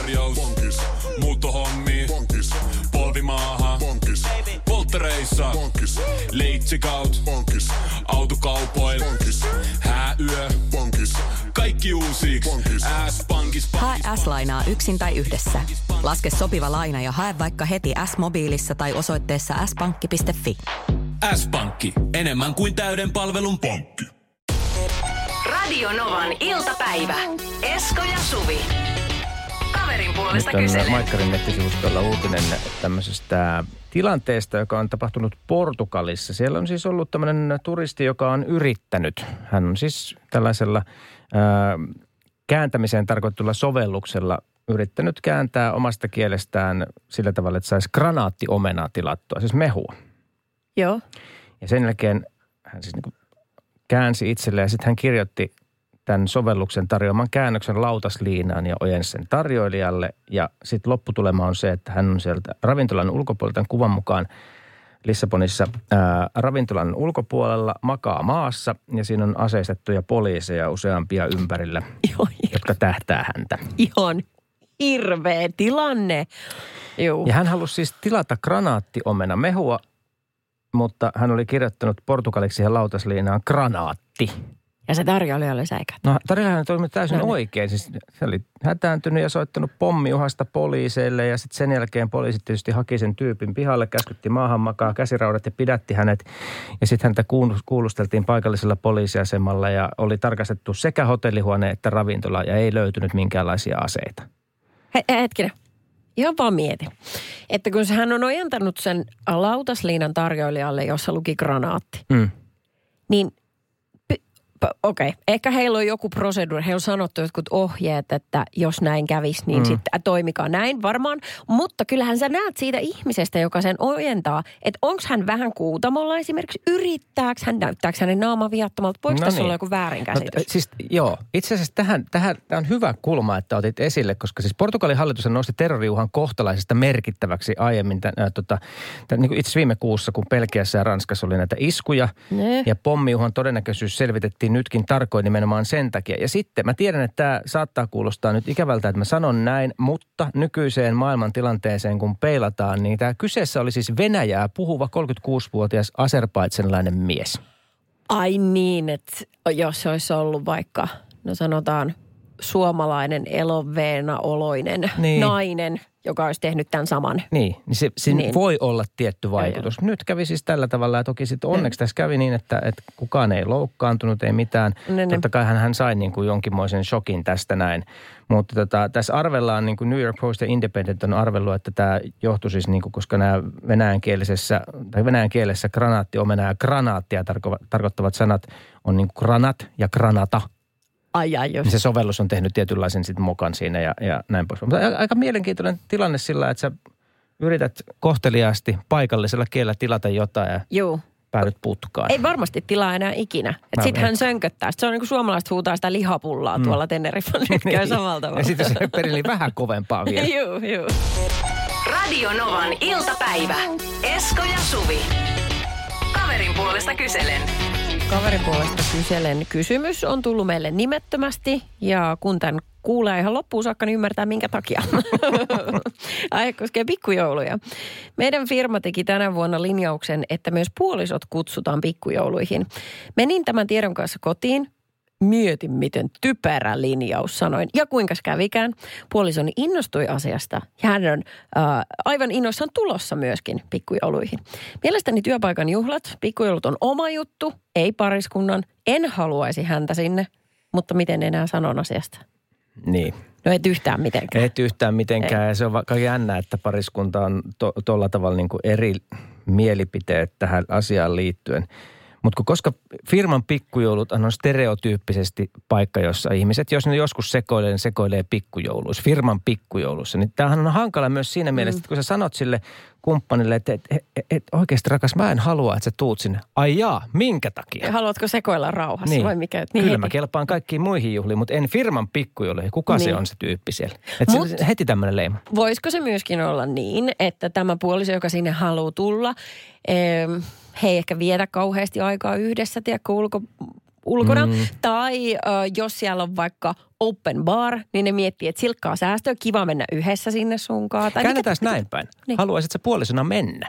tarjous. Bonkis. Muuttohommi. Bonkis. Polvimaaha. Bonkis. Polttereissa. Bonkis. Leitsikaut. Bonkis. Autokaupoil. Bonkis. Hääyö. Bonkis. Kaikki uusiiksi. S-pankis. Hae S-lainaa yksin tai yhdessä. Laske sopiva laina ja hae vaikka heti S-mobiilissa tai osoitteessa s-pankki.fi. S-pankki. Enemmän kuin täyden palvelun pankki. Radio Novan iltapäivä. Esko ja Suvi. Kaverin puolesta Nyt on kyselen. Maikkarin nettisivustolla uutinen tämmöisestä tilanteesta, joka on tapahtunut Portugalissa. Siellä on siis ollut tämmöinen turisti, joka on yrittänyt. Hän on siis tällaisella kääntämiseen tarkoittulla sovelluksella yrittänyt kääntää omasta kielestään sillä tavalla, että saisi granaattiomenaa tilattua, siis mehua. Joo. Ja sen jälkeen hän siis niin kuin käänsi itselleen ja sitten hän kirjoitti tämän sovelluksen tarjoaman käännöksen lautasliinaan ja ojensi sen tarjoilijalle. Ja sitten lopputulema on se, että hän on sieltä ravintolan ulkopuolelta tämän kuvan mukaan Lissabonissa ravintolan ulkopuolella, makaa maassa ja siinä on aseistettuja poliiseja useampia ympärillä, jotka tähtää häntä. Ihan hirveä tilanne. Juu. Ja hän halusi siis tilata granaattiomena mehua, mutta hän oli kirjoittanut portugaliksi siihen lautasliinaan granaatti. Ja se tarjoilija oli säikäät. No tarjoilijahan toimi täysin oikein. Siis se oli hätääntynyt ja soittanut pommiuhasta poliiseille ja sitten sen jälkeen poliisit tietysti haki sen tyypin pihalle, käskytti maahan makaa käsiraudat ja pidätti hänet. Ja sitten häntä kuulusteltiin paikallisella poliisiasemalla ja oli tarkastettu sekä hotellihuone että ravintola ja ei löytynyt minkäänlaisia aseita. Hetkinen. Ihan vaan mietin, että kun hän on ojentanut sen lautasliinan tarjoilijalle, jossa luki granaatti, niin okei. Ehkä heillä on joku proseduuri. Heillä on sanottu jotkut ohjeet, että jos näin kävisi, niin sitten toimikaa näin varmaan. Mutta kyllähän sä näet siitä ihmisestä, joka sen ojentaa, että onko hän vähän kuutamolla esimerkiksi, yrittääkö hän, näyttääkö hänen naama viattomalta, voiko tässä olla joku väärinkäsitys? Siis joo, itse asiassa tämä on hyvä kulma, että otit esille, koska siis Portugalin hallitus nosti terroriuhan kohtalaisesta merkittäväksi aiemmin, niin kuin itse viime kuussa, kun Belgiassa ja Ranskassa oli näitä iskuja ja pommiuhan todennäköisyys selvitettiin nytkin tarkoin nimenomaan sen takia. Ja sitten mä tiedän, että tämä saattaa kuulostaa nyt ikävältä, että mä sanon näin, mutta nykyiseen maailman tilanteeseen kun peilataan, niin tämä kyseessä oli siis Venäjää puhuva 36-vuotias aserbaidžanilainen mies. Ai niin, että jos se olisi ollut vaikka, no sanotaan, suomalainen eloveenaoloinen nainen, joka olisi tehnyt tämän saman. Niin voi olla tietty vaikutus. Nyt kävi siis tällä tavalla ja toki sitten onneksi tässä kävi niin, että kukaan ei loukkaantunut, ei mitään. Totta kai hän sai niin kuin jonkinmoisen shokin tästä näin. Mutta tässä arvellaan, niin kuin New York Post ja Independent on arvellut, että tämä johtui siis, niin kuin, koska nämä venäjän kielessä granaattiomena ja granaattia tarkoittavat sanat on niin kuin granat ja granata. Jos. Se sovellus on tehnyt tietynlaisen sitten mokan siinä ja näin pois. Mutta aika mielenkiintoinen tilanne sillä, että sä yrität kohteliaasti paikallisella kielellä tilata jotain ja päädyt putkaan. Ei varmasti tilaa enää ikinä. Sitten hän sönköttää. Se on niin kuin suomalaiset huutaa sitä lihapullaa tuolla Teneriffan nyt käy samalla tavalla. Ja sitten se perili vähän kovempaa vielä. Joo. Radio Novan iltapäivä. Esko ja Suvi. Kaverin puolesta kyselen. Kaverin puolesta kyselen. Kysymys on tullut meille nimettömästi ja kun tämän kuulee ihan loppuun saakka, niin ymmärtää minkä takia. Aihe koskee pikkujouluja. Meidän firma teki tänä vuonna linjauksen, että myös puolisot kutsutaan pikkujouluihin. Menin tämän tiedon kanssa kotiin. Mietin, miten typerä linjaus, sanoin. Ja kuinka kävikään. Puolisoni innostui asiasta. Ja hän on aivan innoissaan tulossa myöskin pikkujouluihin. Mielestäni työpaikan juhlat, pikkujoulut on oma juttu, ei pariskunnan. En haluaisi häntä sinne, mutta miten enää sanon asiasta? Niin. No et yhtään mitenkään. Et yhtään mitenkään ei. Ja se on vaikka jännä, että pariskunta on tuolla tavalla niin kuin eri mielipiteet tähän asiaan liittyen. Mutta koska pikkujoulut on stereotyyppisesti paikka, jossa ihmiset, jos ne joskus sekoilee pikkujouluissa, firman pikkujouluissa, niin tämähän on hankala myös siinä mielessä, että kun sä sanot sille kumppanille, että oikeasti rakas, mä en halua, että sä tuut sinne. Ai jaa, minkä takia? Haluatko sekoilla rauhassa niin. vai mikä? Niin kyllä mä kelpaan kaikkiin muihin juhliin, mutta en firman pikkujouluihin. Kuka se on se tyyppi siellä? Että heti tämmöinen leima. Voisiko se myöskin olla niin, että tämä puoliso, joka sinne haluaa tulla, he ei ehkä vietä kauheasti aikaa yhdessä, tiedätkö, ulkona. Tai jos siellä on vaikka open bar, niin ne miettii, että silkkaa säästöä, kiva mennä yhdessä sinne sunkaan. Käännetään näin päin. Niin. Haluaisit sä puolisona mennä?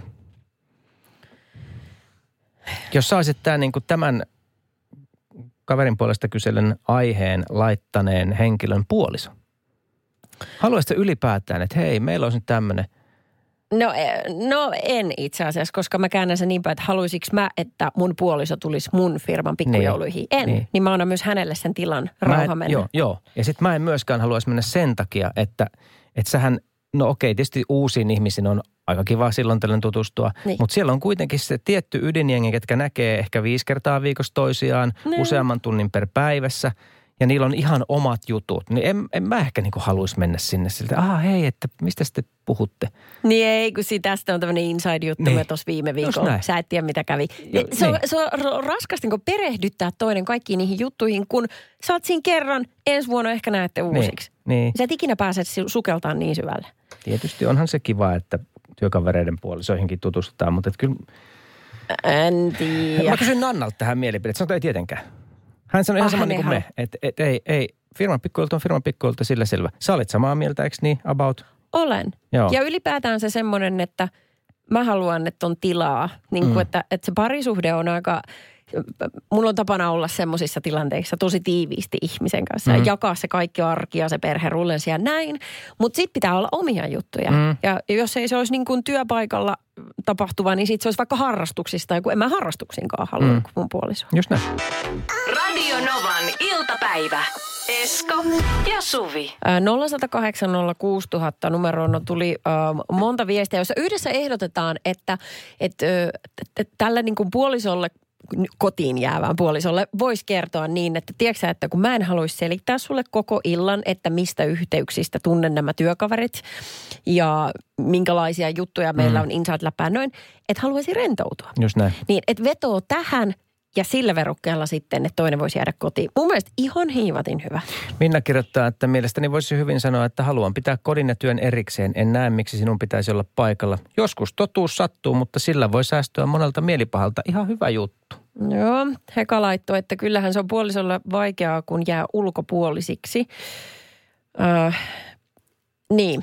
Jos saisit tämän kaverin puolesta kyselen aiheen laittaneen henkilön puoliso. Haluaisitko ylipäätään, että hei, meillä olisi nyt tämmöinen? No en itse asiassa, koska mä käännän sen niin päin, että haluaisinko mä, että mun puoliso tulisi mun firman pikkujouluihin. Niin mä annan myös hänelle sen tilan rauha mennä. Joo. Ja sit mä en myöskään haluaisi mennä sen takia, että sähän, no okei, tietysti uusiin ihmisiin on aika kiva silloin tällöin tutustua. Niin. Mutta siellä on kuitenkin se tietty ydinjengi, ketkä näkee ehkä 5 kertaa viikossa toisiaan, useamman tunnin per päivässä. Ja niillä on ihan omat jutut. Niin en mä ehkä haluaisi mennä sinne siltä, hei, että mistä te puhutte? Niin ei, kun tästä on tämmöinen inside-juttu me tuossa viime viikolla. Sä et tiedä, mitä kävi. Se on raskasti perehdyttää toinen kaikkiin niihin juttuihin, kun sä oot siinä kerran, ensi vuonna ehkä näette uusiksi. Niin. Sä et ikinä pääse sukeltaan niin syvälle. Tietysti onhan se kiva, että työkavereiden puolisoihinkin tutustutaan, mutta kyllä... En tiedä. Mä kysyn Nannalta tähän mielipiteet. Sanotaan ei tietenkään. Hän sanoi ihan sama niin kuin me, että ei, firman pikkuilta on firman pikkuilta, sillä selvä. Sä olit samaa mieltä, eikö niin, about? Olen. Joo. Ja ylipäätään se semmoinen, että mä haluan, että on tilaa. Niin kuin, että se parisuhde on aika, mulla on tapana olla semmoisissa tilanteissa tosi tiiviisti ihmisen kanssa. Ja jakaa se kaikki arki ja se perherullensi ja näin. Mutta sit pitää olla omia juttuja. Ja jos ei se olisi niin kuin työpaikalla tapahtuva, niin sit se olisi vaikka harrastuksista. Kun en mä harrastuksinkaan halua kuin mun puoliso. Just näin. Radio Novan iltapäivä. Esko ja Suvi. 0806000 numeroon tuli monta viestiä, jossa yhdessä ehdotetaan, että tällä niin kuin puolisolle, kotiin jäävään puolisolle voisi kertoa niin, että tiedätkö että kun mä en haluaisi selittää sulle koko illan, että mistä yhteyksistä tunnen nämä työkaverit ja minkälaisia juttuja meillä on inside-läpää noin, että haluaisi rentoutua. Just näin. Niin, että vetoo tähän ja sillä verukkeella sitten, että toinen voisi jäädä kotiin. Mun mielestä ihan hiivatin hyvä. Minna kirjoittaa, että mielestäni voisi hyvin sanoa, että haluan pitää kodin ja työn erikseen. En näe, miksi sinun pitäisi olla paikalla. Joskus totuus sattuu, mutta sillä voi säästyä monelta mielipahalta. Ihan hyvä juttu. Joo, Heka laittoi, että kyllähän se on puolisolle vaikeaa, kun jää ulkopuolisiksi. Niin,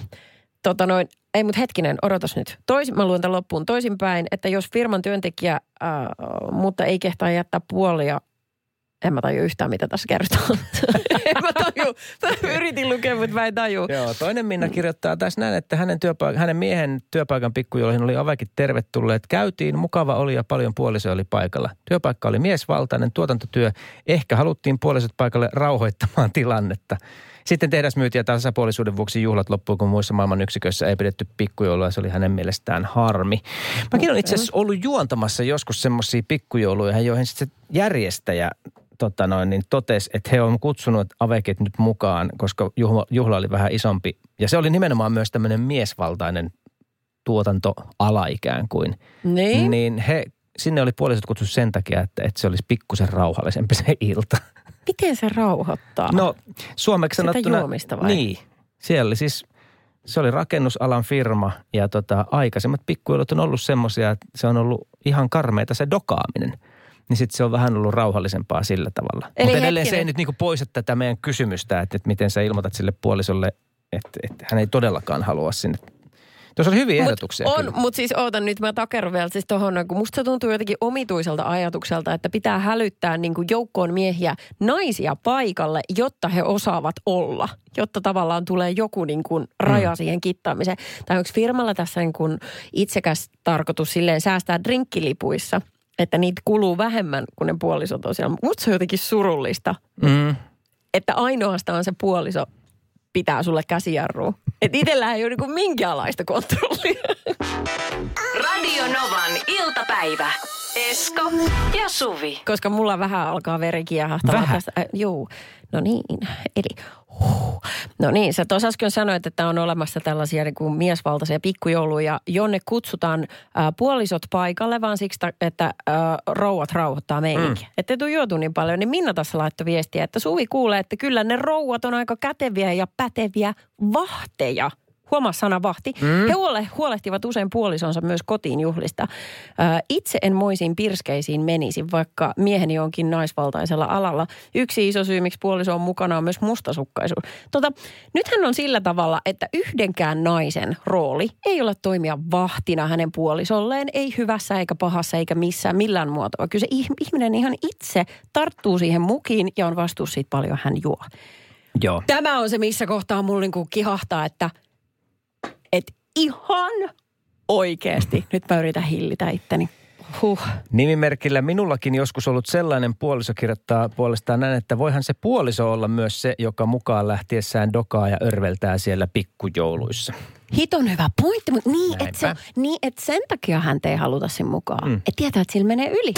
ei mut hetkinen, odotas nyt. Mä luon tämän loppuun toisinpäin, että jos firman työntekijä, mutta ei kehtaa jättää puolia, en mä taju yhtään, mitä tässä kerrotaan. En mä taju. Mä yritin lukea, mutta mä en taju. Joo, toinen Minna kirjoittaa tässä näin, että hänen miehen työpaikan pikkujouluihin oli avaikin tervetulleet. Käytiin, mukava oli ja paljon puolisoja oli paikalla. Työpaikka oli miesvaltainen, tuotantotyö. Ehkä haluttiin puolisot paikalle rauhoittamaan tilannetta. Sitten tehdasmyyti ja tasapuolisuuden vuoksi juhlat loppuu, kun muissa maailman yksiköissä ei pidetty pikkujoulua. Se oli hänen mielestään harmi. Mäkin olen itse asiassa ollut juontamassa joskus semmoisia pikkujouluja, joihin sitten se järjestäjä totesi, että he on kutsunut avekit nyt mukaan, koska juhla oli vähän isompi. Ja se oli nimenomaan myös tämmöinen miesvaltainen tuotantoala ikään kuin. Niin sinne oli puolisot kutsuttu sen takia, että se olisi pikkusen rauhallisempi se ilta. Miten se rauhoittaa? No suomeksi sanottuna... Sitä juomista vai? Niin. Siellä oli siis, se oli rakennusalan firma ja aikaisemmat pikkujoulut on ollut semmoisia, että se on ollut ihan karmeita se dokaaminen. Niin sitten se on vähän ollut rauhallisempaa sillä tavalla. Mutta edelleen se ei nyt poista tätä meidän kysymystä, että miten sä ilmoitat sille puolisolle, että hän ei todellakaan halua sinne. Tuossa oli hyviä ehdotuksia. Mutta siis ootan nyt, mä takerron vielä siis tohon, kun musta se tuntuu jotenkin omituiselta ajatukselta, että pitää hälyttää niin kuin joukkoon miehiä naisia paikalle, jotta he osaavat olla. Jotta tavallaan tulee joku niin kuin raja siihen kittaamiseen. Tai onko firmalla tässä niin kuin itsekäs tarkoitus silleen säästää drinkkilipuissa, että niitä kuluu vähemmän kuin ne puolisot on siellä. Musta se on jotenkin surullista, että ainoastaan se puoliso pitää sulle käsijarruun. Että itsellään ei ole niinku minkäänlaista kontrollia. Radio Novan iltapäivä. Esko ja Suvi. Koska mulla vähän alkaa veri kiehahtaa tästä. Joo, no niin. Eli no niin, sä tuossa äsken sanoit, että on olemassa tällaisia niin kuin miesvaltaisia pikkujouluja, jonne kutsutaan puolisot paikalle, vaan siksi, että rouvat rauhoittaa meininkiä. Että ei tule juotu niin paljon, niin Minna tässä laittoi viestiä, että Suvi kuulee, että kyllä ne rouvat on aika käteviä ja päteviä vahteja Huomaa sana vahti. He huolehtivat usein puolisonsa myös kotiin juhlista. Itse en moisiin pirskeisiin menisi, vaikka mieheni onkin naisvaltaisella alalla. Yksi iso syy, miksi puoliso on mukana, on myös mustasukkaisuus. Nythän on sillä tavalla, että yhdenkään naisen rooli ei ole toimia vahtina hänen puolisolleen, ei hyvässä eikä pahassa eikä missään millään muotoa. Kyllä se ihminen ihan itse tarttuu siihen mukiin ja on vastuussa siitä paljon hän juo. Joo. Tämä on se, missä kohtaa mulla niinku kihahtaa, että ihan oikeasti. Nyt mä yritän hillitä itteni. Nimimerkillä minullakin joskus ollut sellainen puoliso kirjoittaa puolestaan näin, että voihan se puoliso olla myös se, joka mukaan lähtiessään dokaa ja örveltää siellä pikkujouluissa. Hiton hyvä pointti, mutta että sen takia hän ei haluta sen mukaan. Et tietää, että sillä menee yli.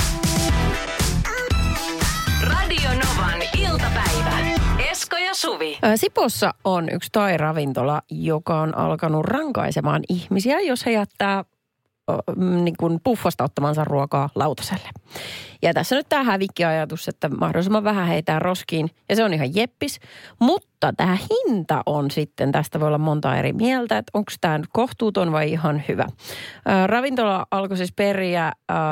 Radio Novan iltapäivä. Esko ja Suvi. Sipossa on yksi thai-ravintola, joka on alkanut rankaisemaan ihmisiä, jos he jättää niin kuin puffasta ottamansa ruokaa lautaselle. Ja tässä nyt tämä hävikkiajatus, että mahdollisimman vähän heitään roskiin, ja se on ihan jeppis. Mutta tämä hinta on sitten, tästä voi olla monta eri mieltä, että onko tämä nyt kohtuuton vai ihan hyvä. Ravintola alkoi siis periä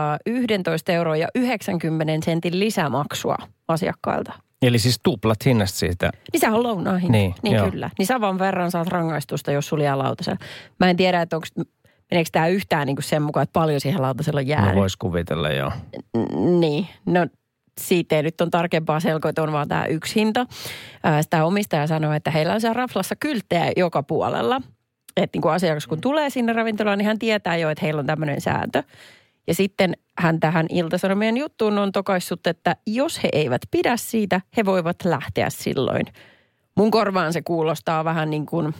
11,90 € lisämaksua asiakkailta. Eli siis tuplat hinnasta siitä. Niin sehän on lounaan hinta. Niin joo. Kyllä. Niin saman verran saat rangaistusta, jos sulla jää lautasella. Mä en tiedä, että meneekö tämä yhtään niin kuin sen mukaan, että paljon siihen lautasella on jäänyt. No voisi kuvitella, joo. Niin. No siitä ei nyt on tarkempaa selkoa, että on vaan tämä yksi hinta. Sitä omistaja sanoi, että heillä on siellä raflassa kylttejä joka puolella. Että niin kuin asiakas kun tulee sinne ravintolaan, niin hän tietää jo, että heillä on tämmöinen sääntö. Ja sitten hän tähän Ilta-Sanomien juttuun on tokaissut, että jos he eivät pidä siitä, he voivat lähteä silloin. Mun korvaan se kuulostaa vähän niin kuin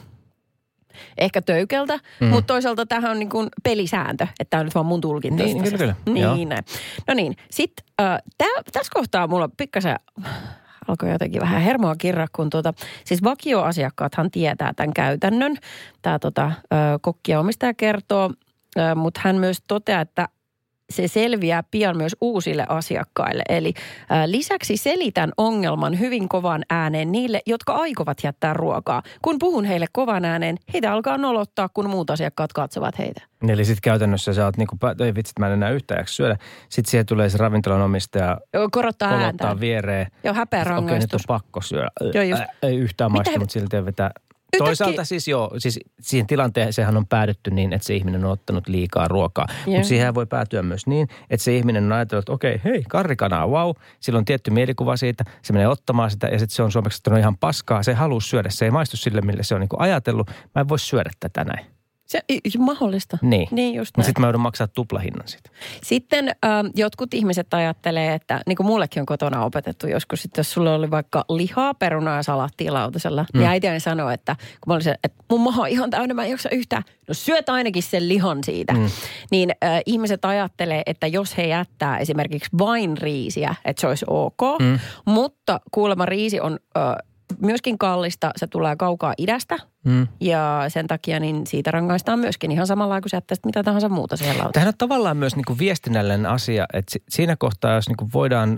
ehkä töykeltä, mutta toisaalta tämähän on niin kuin pelisääntö, että tämä on nyt vaan mun tulkinta. Niin, kyllä. Niin, näin. No niin, sitten tässä kohtaa mulla pikkasen alkoi jotenkin vähän hermoa kirra, kun siis vakioasiakkaathan tietää tämän käytännön. Tämä kokki ja omistaja kertoo, mutta hän myös toteaa, että se selviää pian myös uusille asiakkaille. Eli lisäksi selitän ongelman hyvin kovan ääneen niille, jotka aikovat jättää ruokaa. Kun puhun heille kovan ääneen, heitä alkaa nolottaa, kun muut asiakkaat katsovat heitä. Eli sitten käytännössä sä oot niinku, ei vitsit, mä en enää yhtään syödä. Sitten siihen tulee se ravintolan omistaja. Korottaa ääntä. viereen. Joo, häpeä rangaistus. Okei, nyt on pakko syödä. Joo, ei yhtään maista, mutta silti vetää. Toisaalta siis siihen tilanteeseen on päädytty niin, että se ihminen on ottanut liikaa ruokaa. Mutta siihen voi päätyä myös niin, että se ihminen on ajatellut, että okei, hei, karrikanaa, wow. Sillä on tietty mielikuva siitä, se menee ottamaan sitä ja sitten se on suomeksi ihan paskaa. Se haluaa syödä, se ei maistu sille, millä se on niinku ajatellut. Mä en voi syödä tätä näin. Se mahdollista. Niin just näin. Sitten mä joudun maksaa tuplahinnan siitä. Sitten jotkut ihmiset ajattelee, että niin kuin mullekin on kotona opetettu joskus, että jos sulla oli vaikka lihaa, perunaa ja salaattia lautasella, niin äitiäni sanoi, että kun mä olisin, että mun maha on ihan täynnä, mä en jaksa yhtään, no syöt ainakin sen lihan siitä. Niin ihmiset ajattelee, että jos he jättää esimerkiksi vain riisiä, että se olisi ok, mutta kuulemma riisi on myöskin kallista, se tulee kaukaa idästä ja sen takia niin siitä rangaistaan myöskin ihan samalla kuin sä jättäisit mitä tahansa muuta siihen lautaan. Tämähän on tavallaan myös niin kuin viestinnällinen asia, että siinä kohtaa, jos niin kuin voidaan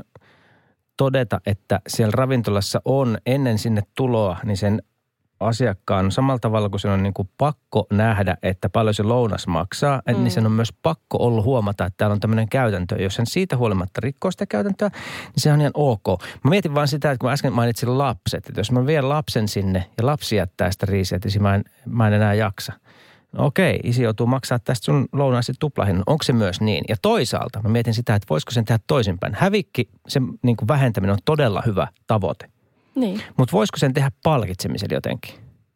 todeta, että siellä ravintolassa on ennen sinne tuloa, niin sen asiakkaan samalla tavalla kuin sen on niin kuin pakko nähdä, että paljon se lounas maksaa, niin sen on myös pakko ollut huomata, että täällä on tämmöinen käytäntö. Jos sen siitä huolimatta rikkoo sitä käytäntöä, niin se on ihan ok. Mä mietin vaan sitä, että kun äsken mainitsin lapset, että jos mä vien lapsen sinne ja lapsi jättää sitä riisiä, että mä en enää jaksa. No okei, isi joutuu maksaa tästä sun lounaasi tuplahinnan. Onko se myös niin? Ja toisaalta mä mietin sitä, että voisiko sen tehdä toisinpäin. Hävikki, sen niin kuin vähentäminen on todella hyvä tavoite. Niin. Mutta voisiko sen tehdä palkitsemisella jotenkin?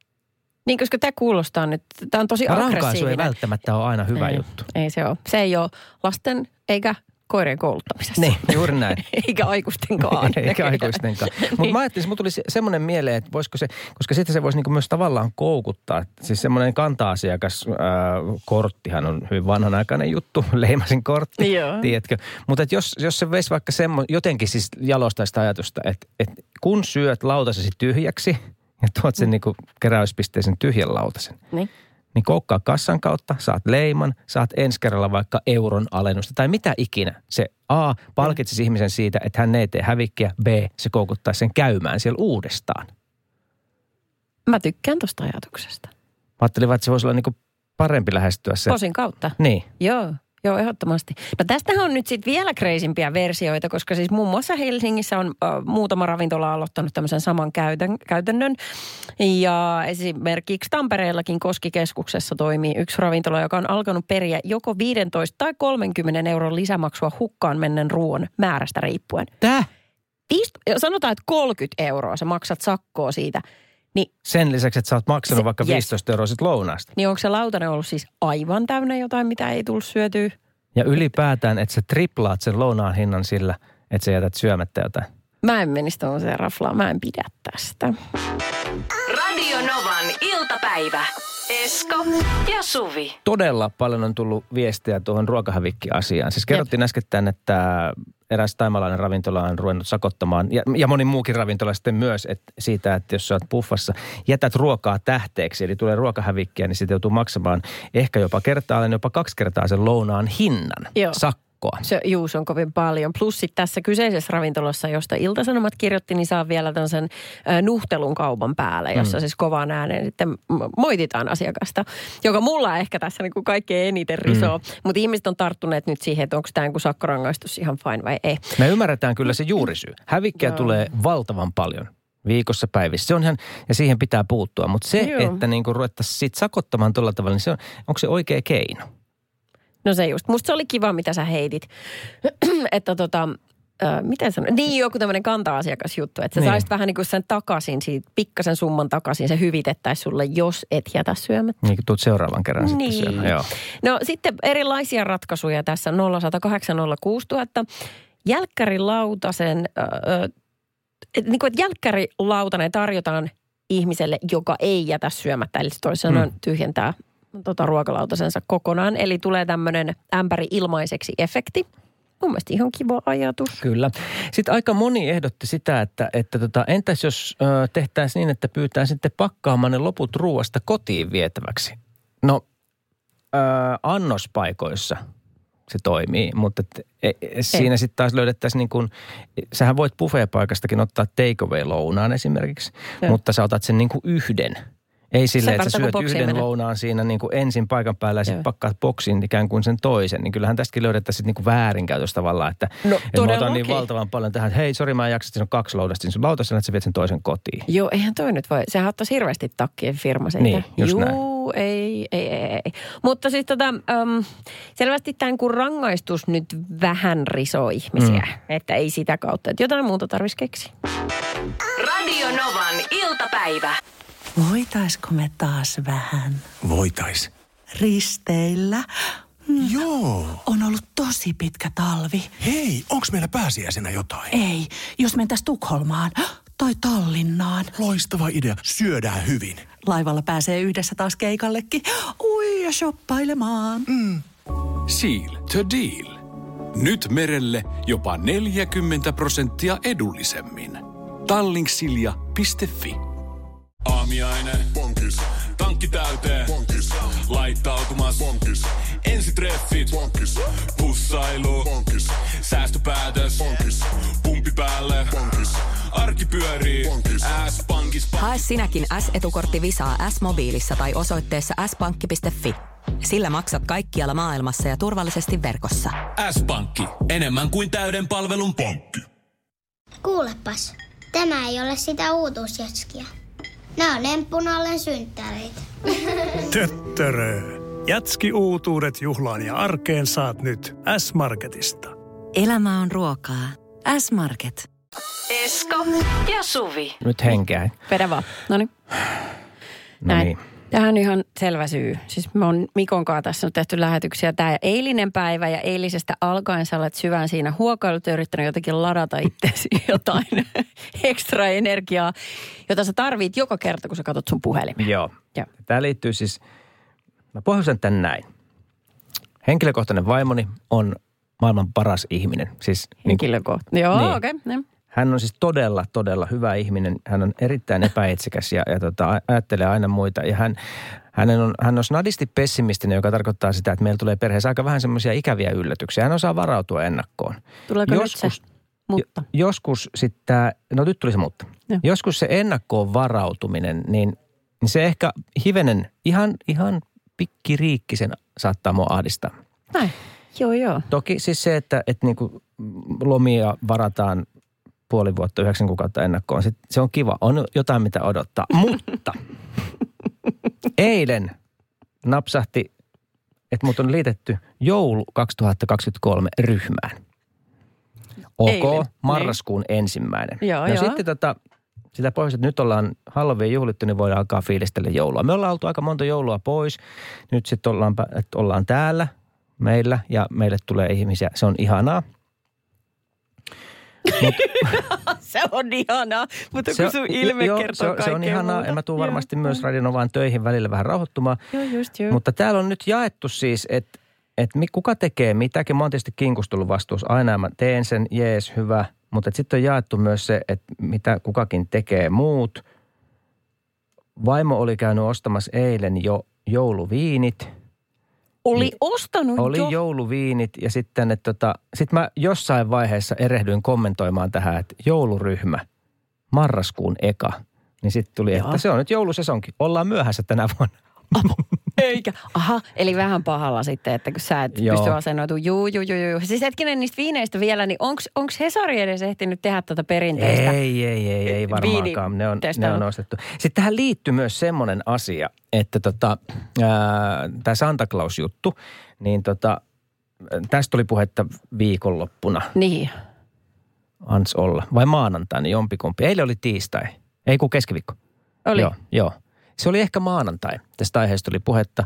Niin, koska tämä kuulostaa nyt, tämä on tosi aggressiivinen. Rankaisu ei välttämättä ole aina hyvä juttu. Ei se ole. Se ei ole lasten eikä koirien kouluttamisessa. Niin, juuri näin. Eikä aikuistenkaan. Eikä aikuistenkaan. Mutta mä ajattelin, mulla tuli semmoinen mieleen, että voisiko se, koska sitten se voisi niinku myös tavallaan koukuttaa. Siis semmoinen kanta-asiakas korttihan on hyvin vanhanaikainen juttu, leimasin kortti, tiedätkö. Mutta jos se veisi vaikka jotenkin siis jalostaisi ajatusta, että kun syöt lautasesi tyhjäksi ja tuot sen niinku keräyspisteisen tyhjän lautasen, niin koukkaa kassan kautta, saat leiman, saat ensi kerralla vaikka euron alennusta tai mitä ikinä. Se A palkitsisi ihmisen siitä, että hän ei tee hävikkiä, B se koukuttaisi sen käymään siellä uudestaan. Mä tykkään tosta ajatuksesta. ajattelin, että se voisi olla niin kuin parempi lähestyä se. Posin kautta. Niin. Joo, ehdottomasti. No tästähän on nyt sitten vielä kreisimpiä versioita, koska siis muun muassa Helsingissä on muutama ravintola aloittanut tämmöisen saman käytännön. Ja esimerkiksi Tampereellakin Koskikeskuksessa toimii yksi ravintola, joka on alkanut periä joko 15 tai 30 euron lisämaksua hukkaan menneen ruoan määrästä riippuen. Tää? Sanotaan, että 30 euroa sä maksat sakkoa siitä. Niin, sen lisäksi, että sä oot maksanut vaikka 15 euroa sit lounaasta. Niin onko se lautanen ollut siis aivan täynnä jotain, mitä ei tullut syötyä? Ja ylipäätään, että sä triplaat sen lounaan hinnan sillä, että sä jätät syömättä jotain. Mä en menisi tuollaiseen raflaan, mä en pidä tästä. Radio Novan iltapäivä. Esko ja Suvi. Todella paljon on tullut viestiä tuohon ruokahävikki-asiaan. Siis kerrottiin äskettäin, että eräs taimalainen ravintola on ruvennut sakottamaan, ja moni muukin ravintola sitten myös, että siitä, että jos sä oot puffassa, jätät ruokaa tähteeksi, eli tulee ruokahävikkiä, niin sitten joutuu maksamaan ehkä jopa kertaalleen, jopa 2 kertaa sen lounaan hinnan. Sakkoa. Se on kovin paljon. Plus sitten tässä kyseisessä ravintolassa, josta Ilta-Sanomat kirjoitti, niin saa vielä tämmöisen nuhtelun kaupan päälle, jossa siis kovaan ääneen sitten moititaan asiakasta, joka mulla ehkä tässä niin kuin kaikkein eniten risoo. Mutta ihmiset on tarttuneet nyt siihen, että onko tämä niin kuin sakkorangaistus ihan fine vai ei. Me ymmärretään kyllä se juurisyy. Hävikkiä tulee valtavan paljon viikossa, päivissä. Se on ihan, ja siihen pitää puuttua. Mutta se, että niin kuin ruvettaisiin sit sakottamaan tuolla tavalla, niin onko se oikea keino? No se just. Musta se oli kiva, mitä sä heitit. Että miten sanoin? Niin, joku tämmöinen kanta-asiakasjuttu. Että sä saisit vähän niin kuin sen takaisin, siitä pikkasen summan takaisin. Se hyvitettäisiin sulle, jos et jätä syömättä. Niin kuin tuut seuraavan kerran sitten syömään, joo. No sitten erilaisia ratkaisuja tässä 0806000. Jälkkärilautasen, niin kuin että jälkkärilautanen tarjotaan ihmiselle, joka ei jätä syömättä. Eli toisin sanoen tyhjentää ruokalautasensa kokonaan. Eli tulee tämmöinen ämpäri ilmaiseksi efekti. Mun mielestä ihan kiva ajatus. Kyllä. Sitten aika moni ehdotti sitä, että entäs jos tehtäisiin niin, että pyytää sitten pakkaamaan ne loput ruuasta kotiin vietäväksi. No, annospaikoissa se toimii, mutta siinä sitten taas löydettäisiin niin kuin, sähän voit buffeepaikastakin ottaa take-away-lounaan esimerkiksi, mutta sä otat sen niin kuin yhden. Ei silleen, että sä syöt yhden lounaan siinä niin kuin ensin paikan päällä ja sitten pakkaat boksiin ikään kuin sen toisen. Niin kyllähän tästäkin löydettäisiin niin kuin väärinkäytös tavallaan, että mä otan niin valtavan paljon tähän, että hei, sori mä en jaksa, että siinä on 2 lounasta siinä sun lautasella, että sä viet sen toisen kotiin. Joo, eihän toi nyt voi. Sehän ottaisi hirveästi takkien firma siitä. Niin, just näin. Ei. Mutta siis selvästi tämän kun rangaistus nyt vähän risoo ihmisiä, että ei sitä kautta, että jotain muuta tarvitsisi keksiä. Radio Novan iltapäivä. Voitaisko me taas vähän? Voitais. Risteillä? Joo. On ollut tosi pitkä talvi. Hei, onks meillä pääsiäisenä jotain? Ei, jos mentäis Tukholmaan tai Tallinnaan. Loistava idea. Syödään hyvin. Laivalla pääsee yhdessä taas keikallekin. Ui, ja shoppailemaan. Seal to deal. Nyt merelle jopa 40% edullisemmin. Tallingsilja.fi. Aamiainen. Bonkis. Tankki täyteen. Bonkis. Laittautumas. Bonkis. Ensitreffit. Bonkis. Pussailu. Bonkis. Säästöpäätös. Bonkis. Pumpi päälle. Bonkis. Arki pyörii. Bonkis. S-pankis. Hae sinäkin S-etukortti Visaa S-mobiilissa tai osoitteessa s-pankki.fi. Sillä maksat kaikkialla maailmassa ja turvallisesti verkossa. S-pankki. Enemmän kuin täyden palvelun pankki. Kuulepas, tämä ei ole sitä uutuusjatskia. Nämä on emppunallen synttäreitä. Töttörö. Jatski-uutuudet juhlaan ja arkeen saat nyt S-Marketista. Elämä on ruokaa. S-Market. Esko ja Suvi. Nyt henkeä. Vedä vaan. Noniin. Näin. Tähän on ihan selvä syy. Siis me on Mikon kanssa tässä nyt tehty lähetyksiä. Tämä eilinen päivä ja eilisestä alkaen sä olet syvään siinä huokailut ja yrittänyt jotenkin ladata itseäsi jotain ekstra energiaa, jota sä tarvit joka kerta, kun sä katsot sun puhelimia. Joo. Tämä liittyy siis, mä pohjusan tän näin. Henkilökohtainen vaimoni on maailman paras ihminen. Siis henkilökohtainen, joo, niin. okei. Hän on siis todella, todella hyvä ihminen. Hän on erittäin epäitsekäs ja ajattelee aina muita. Ja hän on snadisti pessimistinen, joka tarkoittaa sitä, että meillä tulee perheessä aika vähän semmoisia ikäviä yllätyksiä. Hän osaa varautua ennakkoon. Tuleeko joskus, nyt se mutta? Joskus sitten, no nyt tuli se mutta. Joskus se ennakkoon varautuminen, niin niin se ehkä hivenen, ihan pikkiriikkisen saattaa mua ahdistaa. Näin, joo. Toki siis se, että niinku lomia varataan puoli vuotta, 9 kuukautta ennakkoon, se on kiva. On jotain, mitä odottaa. Mutta eilen napsahti, että mut on liitetty joulu 2023 ryhmään. Eilen, marraskuun 1. Joo. Sitten sitä pois, että nyt ollaan Halloween juhlittu, niin voidaan alkaa fiilistellä joulua. Me ollaan oltu aika monta joulua pois. Nyt sitten ollaan täällä meillä ja meille tulee ihmisiä. Se on ihanaa. Se on ihanaa, mutta kun sun ilme kertoo kaikkea se on ihanaa. muuta. Ja mä tuun varmasti myös Radionovaan töihin välillä vähän rauhoittumaan. Joo. Mutta täällä on nyt jaettu siis, että kuka tekee mitäkin. Mä oon tietysti kinkustellut vastuussa aina. Mä teen sen, jees, hyvä. Mutta sitten on jaettu myös se, että mitä kukakin tekee muut. Vaimo oli käynyt ostamassa eilen jo jouluviinit. Oli ostanut oli jo? Jouluviinit ja sitten, että sit mä jossain vaiheessa erehdyin kommentoimaan tähän, että jouluryhmä, marraskuun eka. Niin sitten tuli, että se on nyt joulusesonkin. Ollaan myöhässä tänä vuonna. Eikä. Aha, eli vähän pahalla sitten, että kun sä et pysty asennoitumaan. Juu. Siis hetkinen niistä viineistä vielä, niin onks Hesari edes ehtinyt tehdä tätä perinteistä? Ei varmaankaan. Ne on ostettu. Sitten tähän liittyy myös semmoinen asia, että tämä Santa Claus-juttu, niin tästä oli puhetta viikonloppuna. Niin. Ans olla. Vai maanantaina, jompikumpi. Eilen oli tiistai. Ei kun keskiviikko. Oli. Joo. Se oli ehkä maanantai. Tästä aiheesta oli puhetta.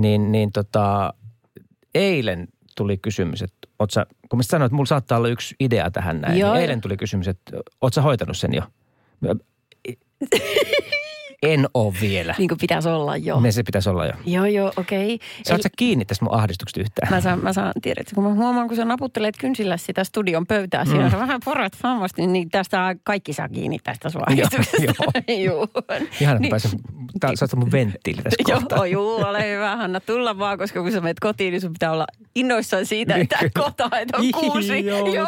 Eilen tuli kysymys, että kun mä sanoin, että mulla saattaa olla yksi idea tähän näin. Niin eilen tuli kysymys, että oot sä hoitanut sen jo? En ole vielä. Niin kuin pitäisi olla jo. Ne se pitäisi olla jo. Joo, okei. Saat sä kiinni tästä mun ahdistuksesta yhtään? Mä saan tiedätkö, kun mä huomaan, kun sä naputtelet kynsillä sitä studion pöytää, siinä on vähän porat vammasti, niin tästä kaikki saa kiinni tästä sun ahdistuksesta. Joo. Ihan pääsen, sä oot mun venttiili tässä kohtaa. Joo, ole hyvä Hanna, tulla vaan, koska kun sä menet kotiin, niin sun pitää olla innoissaan siitä, että kota, että on 6.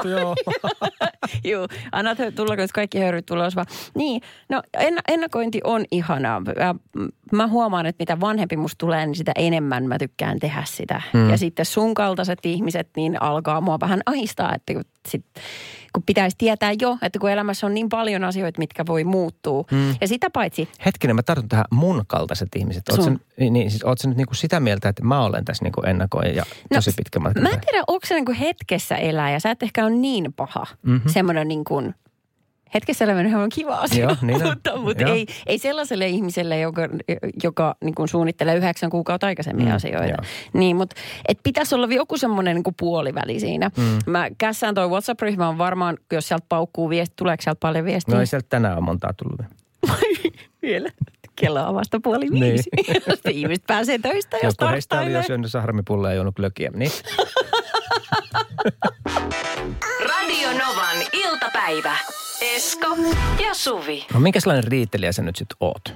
Joo, anna tulla, kun kaikki höyryt tulos vaan. Niin, no ennakointi on ihanaa. Mä huomaan, että mitä vanhempi musta tulee, niin sitä enemmän mä tykkään tehdä sitä. Ja sitten sun kaltaiset ihmiset, niin alkaa mua vähän ahistaa, että kun pitäisi tietää jo, että kun elämässä on niin paljon asioita, mitkä voi muuttua. Ja sitä paitsi... Hetkinen, mä tartun tähän mun kaltaiset ihmiset. Oot sä nyt niinku sitä mieltä, että mä olen tässä niinku ennakoin ja tosi pitkä matka? Mä en tiedä, onko se niinku hetkessä elää ja sä et ehkä ole niin paha. Semmoinen niin kuin... Hetkessä eläminen on kiva asia, joo, niin mutta ei sellaiselle ihmiselle, joka niin kuin suunnittelee 9 kuukautta aikaisemmin asioita. Joo. Niin, mutta pitäisi olla joku semmoinen niin kuin puoliväli siinä. Mä kässään toi WhatsApp-ryhmä on varmaan, jos sieltä paukkuu viesti, tuleeko sieltä paljon viestiä? No ei sieltä tänään on montaa tullut. Vielä. Kello on vasta 4:30. Niin. Ihmiset pääsee töistä, jos joku heistä oli jo syönyt sahramipulla ja juonut glögiä. Niin. Radio Novan iltapäivä. Esko ja Suvi. No minkälainen riitelijä sä nyt sit oot?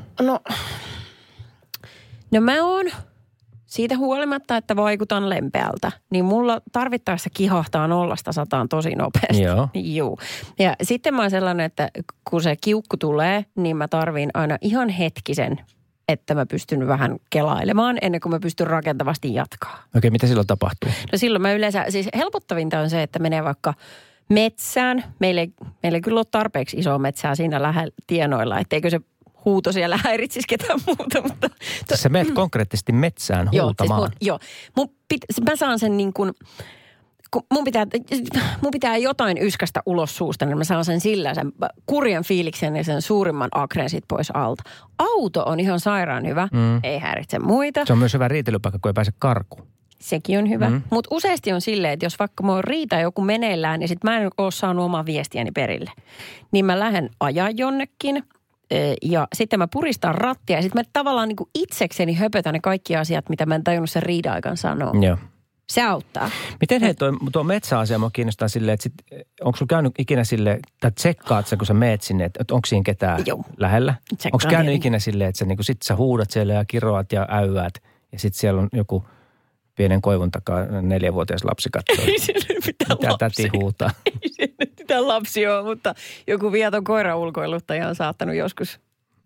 No mä oon siitä huolimatta, että vaikutan lempeältä, niin mulla tarvittaessa kihahtaa 0-100 tosi nopeasti. Joo. Ja sitten mä oon sellainen, että kun se kiukku tulee, niin mä tarviin aina ihan hetkisen, että mä pystyn vähän kelailemaan ennen kuin mä pystyn rakentavasti jatkaa. Okei, mitä silloin tapahtuu? No silloin mä yleensä, siis helpottavinta on se, että menee vaikka metsään. Meillä ei kyllä ole tarpeeksi isoa metsää siinä lähellä tienoilla, etteikö se huuto siellä häiritsisi ketään muuta. Mutta sä menet konkreettisesti metsään huutamaan? Mä saan sen niin kuin, kun mun pitää jotain yskästä ulos suusta, niin mä saan sen kurjan fiiliksen ja sen suurimman akren sit pois alta. Auto on ihan sairaan hyvä, ei häiritse muita. Se on myös hyvä riitelypaikka, kun ei pääse karkuun. Sekin on hyvä. Mutta useasti on silleen, että jos vaikka mua riita joku meneillään, niin sit mä en ole saanut omaa viestiäni perille. Niin mä lähden ajaa jonnekin ja sitten mä puristan rattia ja sitten mä tavallaan niinku itsekseni höpötän ne kaikki asiat, mitä mä en tajunnut sen riidan aikaan sanoa. Joo. Se auttaa. Miten tuo metsäasia mua kiinnostaa silleen, että onko sulla käynyt ikinä silleen, tai tsekkaat sä, kun sä meet sinne, että onko siinä ketään lähellä? Onko käynyt ikinä silleen, että sit sä huudat siellä ja kiroat ja äyäät ja sitten siellä on joku pienen koivun takaa 4-vuotias lapsi katsoo. Ei se nyt mitään lapsi. Täti huutaa. Ei se nyt mitään lapsi ole, mutta joku viaton koira-ulkoiluttaja on saattanut joskus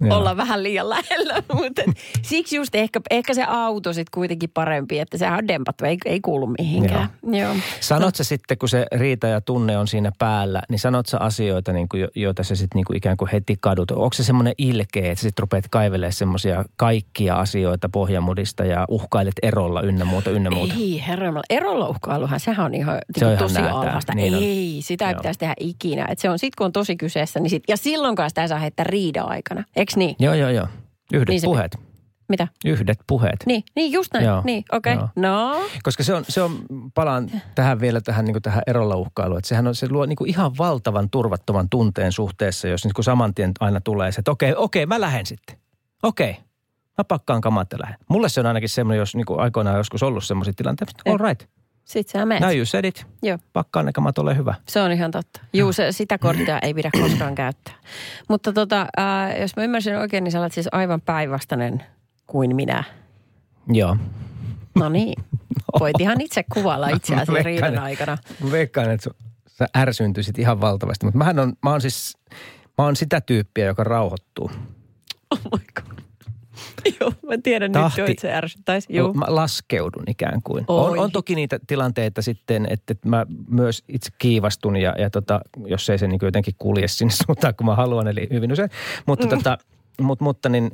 olla vähän liian lähellä. Mutta siksi just ehkä se auto sitten kuitenkin parempi, että sehän on dempattu, ei kuulu mihinkään. Joo. Sanot sä sitten, kun se riita ja tunne on siinä päällä, niin sanot sä asioita, niin kuin, joita sä sitten niin ikään kuin heti kadut? Onko se semmoinen ilkeä, että sä sitten rupeat kaivelemaan semmoisia kaikkia asioita pohjamudista ja uhkailet erolla ynnä muuta? Ei, herra, erolla uhkailuhan, sehän on ihan tosi alhaista. Ei, sitä ei pitäisi tehdä ikinä. Et se on sitten, kun on tosi kyseessä, niin ja silloinkaan sitä ei saa heittää riidan aikana. Eikö niin? Joo. Yhdet niin puheet. Mitä? Yhdet puheet. Niin just näin. Joo. Niin, okei. Okay. No. Koska se on, palaan tähän vielä tähän erolla uhkailuun, että se luo niin kuin ihan valtavan turvattoman tunteen suhteessa, jos niin kuin saman tien aina tulee se, että okei, mä lähden sitten. Okei. Mä pakkaan kamat ja lähden. Mulle se on ainakin semmoinen, jos niin kuin aikoinaan joskus ollut semmoisia tilanteita, all right. Sitten sä menet. Now you said it. Joo. Pakkaan ne kamat, ole hyvä. Se on ihan totta. Juu, sitä korttia ei pidä koskaan käyttää. Mutta jos mä ymmärsin oikein, niin sä olet siis aivan päinvastainen kuin minä. Joo. No niin. Voit ihan itse kuvailla itseäsi riidan aikana. Mä veikkaan, että sä ärsyyntyisit ihan valtavasti. Mutta mä oon sitä tyyppiä, joka rauhoittuu. Oh my god. Joo, mä tiedän nyt jo, että se ärsyttäisi. Mä laskeudun ikään kuin. On toki niitä tilanteita sitten, että mä myös itse kiivastun ja jos ei se niin jotenkin kulje sinne suuntaan, kun mä haluan, eli hyvin usein. Mutta niin,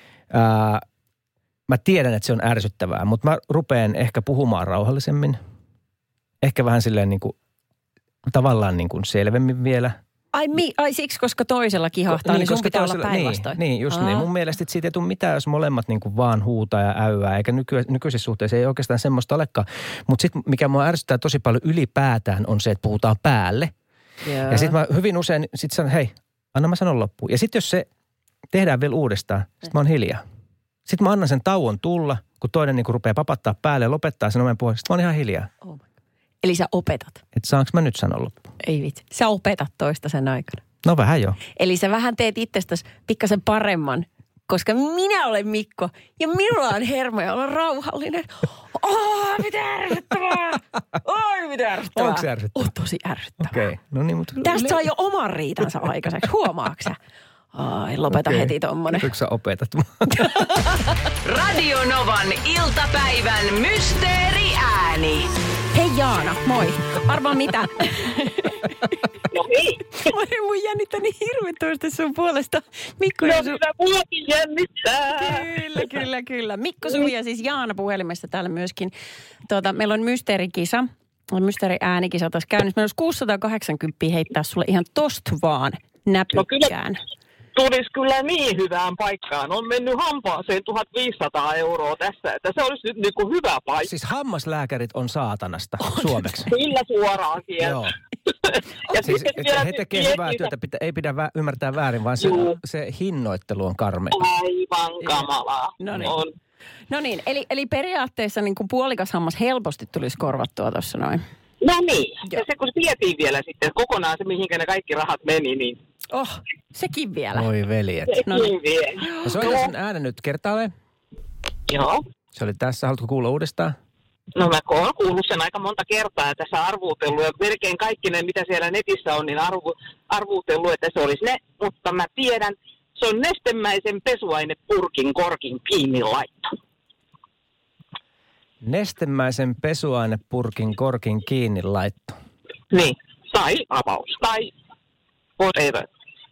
mä tiedän, että se on ärsyttävää, mutta mä rupean ehkä puhumaan rauhallisemmin. Ehkä vähän silleen niin kuin, tavallaan niin kuin selvemmin vielä. Ai siksi, koska toisella kihahtaa, niin sun pitää olla päinvastoin. Niin, just niin. Mun mielestä siitä ei tule mitään, jos molemmat niin kuin vaan huutaa ja äyää, eikä nykyisessä suhteessa ei oikeastaan semmoista olekaan. Mutta sitten mikä mua ärsyttää tosi paljon ylipäätään on se, että puhutaan päälle. Ja sitten mä hyvin usein sanon, hei, anna mä sanon loppuun. Ja sitten jos se tehdään vielä uudestaan, sitten mä oon hiljaa. Sitten mä annan sen tauon tulla, kun toinen niin kuin rupeaa papattaa päälle ja lopettaa sen omen puheen. Sitten mä oon ihan hiljaa. Oh my God. Eli sä opetat. Että saanko mä nyt sanoa loppuun? Ei vitsi. Sä opetat toista sen aikana. No vähän joo. Eli sä vähän teet itsestäsi pikkasen paremman, koska minä olen Mikko ja minulla on hermoja olla rauhallinen. Mitä ärsyttävää! Mitä ärsyttävää! Onko se ärsyttävää? On tosi ärsyttävää. Okei. No niin, mutta... Tästä saa jo oman riitansa aikaiseksi. Huomaatko sä? Lopeta heti tommonen. Nyt sä opetat. Radio Novan iltapäivän mysteeriääni. Hei Jaana, moi. Arvaa mitä? No hei. Mun jännittää niin hirvittävästi sun puolesta. Mikko no kyllä mullakin jännittää. Kyllä. Mikko Suvi ja siis Jaana puhelimessa täällä myöskin. Meillä on mysteerikisa. Mysteeriäänikisa taas käynnissä. Meillä olisi 680 heittää sulle ihan tosta vaan näpykkään. No tulisi kyllä niin hyvään paikkaan. On mennyt hampaaseen 1500 € tässä, että se olisi nyt niin kuin hyvä paikka. Siis hammaslääkärit on saatanasta suomeksi. Kyllä suoraan kieltä. Joo. Ja siis, he tekee hyvää työtä, ei pidä ymmärtää väärin, vaan se hinnoittelu on karmea. Aivan kamalaa. No niin, eli periaatteessa niin kuin puolikas hammas helposti tulisi korvattua tuossa noin. No niin, ja se kun se vietiin vielä sitten kokonaan se, mihinkä ne kaikki rahat meni, niin... Sekin vielä. Oi veljet. Sekin vielä. No soita sen äänen nyt kertaalleen. Joo. Se oli tässä, haluatko kuulla uudestaan? No mä oon kuullut sen aika monta kertaa ja tässä arvuutellut ja melkein kaikki ne, mitä siellä netissä on, niin arvuutellut, että se olisi ne, mutta mä tiedän, se on nestemäisen pesuainepurkin korkin kiinni laitto. Nestemäisen pesuainepurkin korkin kiinni laitto. Niin, tai avaus, tai whatever.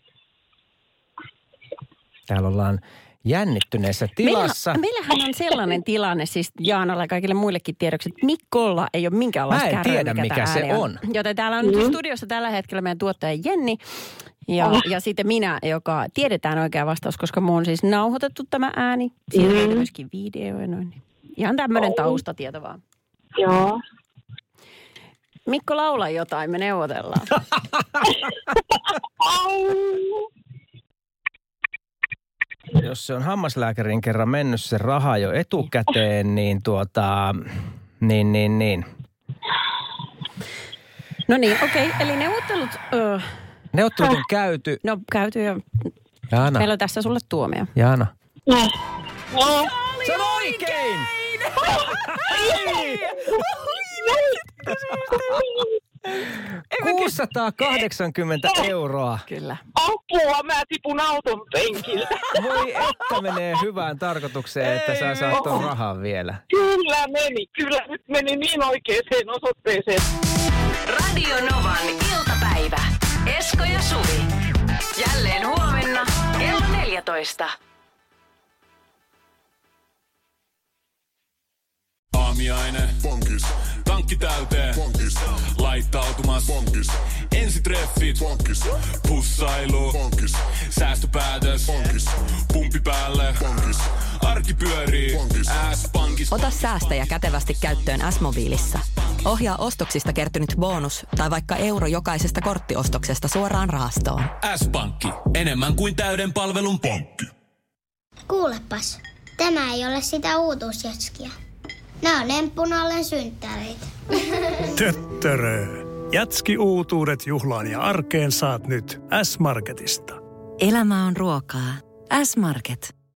Täällä ollaan jännittyneessä tilassa. Meillähän on sellainen tilanne, siis Jaanalla ja kaikille muillekin tiedoksi, että Mikkolla ei ole minkäänlaista kärryä, tiedä, mikä se on. Joten täällä on studiossa tällä hetkellä meidän tuottaja Jenni ja sitten minä, joka tiedetään oikea vastaus, koska mun on siis nauhoitettu tämä ääni. Siinä on myöskin video ja noin. Ihan tämmöinen taustatieto vaan. Joo. Mikko, laula jotain, me neuvotellaan. Jos se on hammaslääkärin kerran mennyt se raha jo etukäteen, niin niin. No niin, okei. Eli neuvottelut... Neuvottelut on käyty. No, käyty jo. Jaana. Meillä on tässä sulle tuomio. Jaana. Se on oikein! 680 euroa. Kyllä. Apua, mä tipun auton penkiltä. Voi että menee hyvään tarkoitukseen, että sä saat ton rahan vielä. Kyllä nyt meni niin oikeaan osoitteeseen. Radio Novan iltapäivä. Esko ja Suvi. Jälleen huomenna kello 14. Aamiaine. Bonkis. Tankki täyteen. Bonkis. Laittautumas. Bonkis. Ensitreffit. Bonkis. Pussailu. Bonkis. Säästöpäätös. Bonkis. Pumpi päälle. Bonkis. Arki pyörii. Bonkis. S-pankis. Ota säästäjä kätevästi käyttöön S-mobiilissa. Ohjaa ostoksista kertynyt bonus tai vaikka euro jokaisesta korttiostoksesta suoraan rahastoon. S-pankki. Enemmän kuin täyden palvelun pankki. Kuulepas, tämä ei ole sitä uutuusjatskia. Nämä on emppunallen synttäreitä. Töttörö. Jatski-uutuudet juhlaan ja arkeen saat nyt S-Marketista. Elämä on ruokaa. S-Market.